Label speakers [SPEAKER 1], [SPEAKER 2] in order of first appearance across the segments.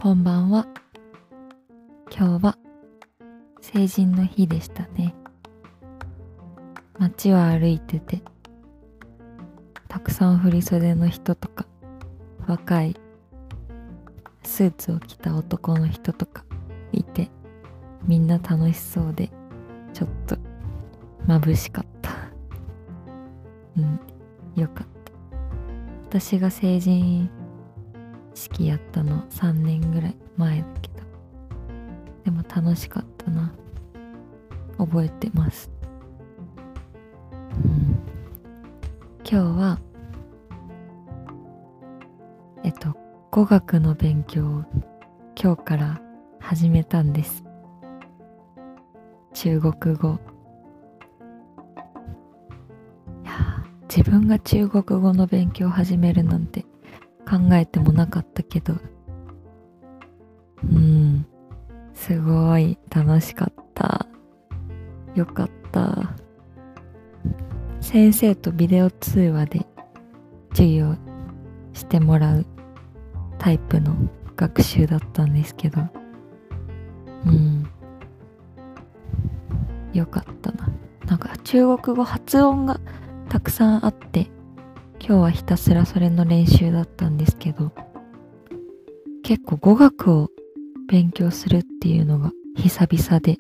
[SPEAKER 1] こんばんは。今日は成人の日でしたね。街を歩いてて、たくさん振り袖の人とか、若いスーツを着た男の人とかいて、みんな楽しそうで、ちょっと眩しかった。よかった。私が成人式やったの3年ぐらい前だけど、でも楽しかったな。覚えてます。今日は語学の勉強を今日から始めたんです。中国語。自分が中国語の勉強を始めるなんて考えてもなかったけど、すごい楽しかった。よかった。先生とビデオ通話で授業してもらうタイプの学習だったんですけど、よかったな。なんか中国語発音がたくさんあって、今日はひたすらそれの練習だったんですけど、結構語学を勉強するっていうのが久々で、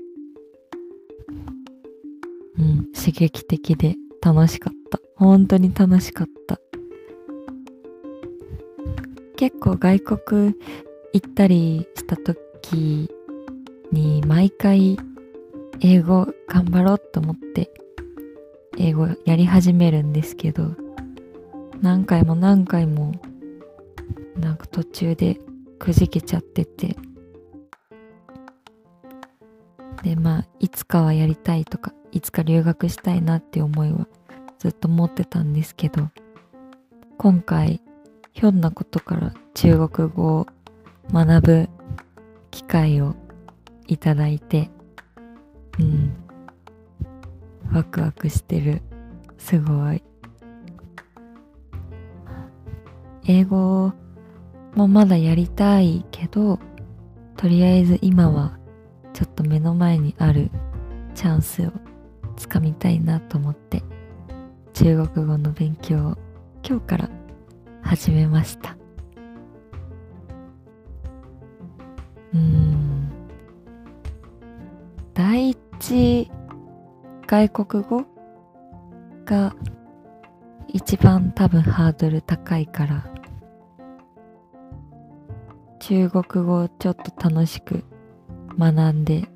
[SPEAKER 1] 刺激的で楽しかった。本当に楽しかった。結構外国行ったりした時に毎回英語頑張ろうと思って英語やり始めるんですけど、何回もなんか途中でくじけちゃってて、でいつかはやりたいとか、いつか留学したいなって思いはずっと持ってたんですけど、今回ひょんなことから中国語を学ぶ機会をいただいて、ワクワクしてる。すごい。英語もまだやりたいけど、とりあえず今はちょっと目の前にあるチャンスをつかみたいなと思って中国語の勉強を今日から始めました。第一外国語が一番多分ハードル高いから、中国語をちょっと楽しく学んで、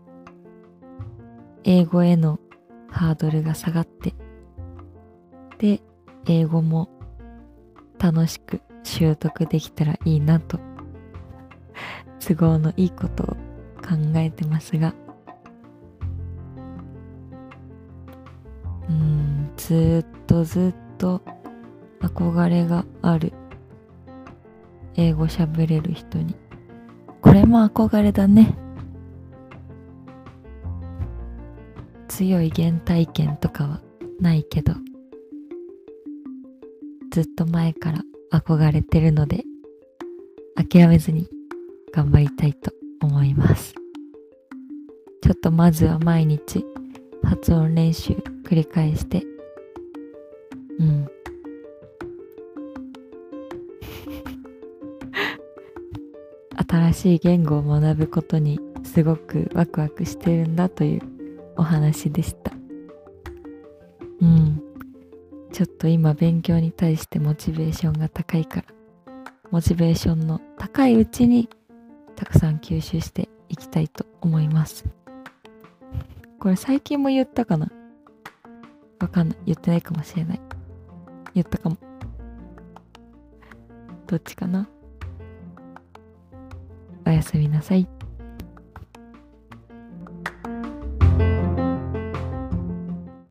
[SPEAKER 1] 英語へのハードルが下がって、で英語も楽しく習得できたらいいなと都合のいいことを考えてますが、ずっと憧れがある。英語喋れる人に。これも憧れだね。強い原体験とかはないけど、ずっと前から憧れてるので、諦めずに頑張りたいと思います。ちょっとまずは毎日発音練習繰り返して、新しい言語を学ぶことにすごくワクワクしてるんだというお話でした。ちょっと今勉強に対してモチベーションが高いから、モチベーションの高いうちにたくさん吸収していきたいと思います。これ最近も言ったかな？わかんない。言ってないかもしれない。言ったかも。どっちかな？おやすみなさい。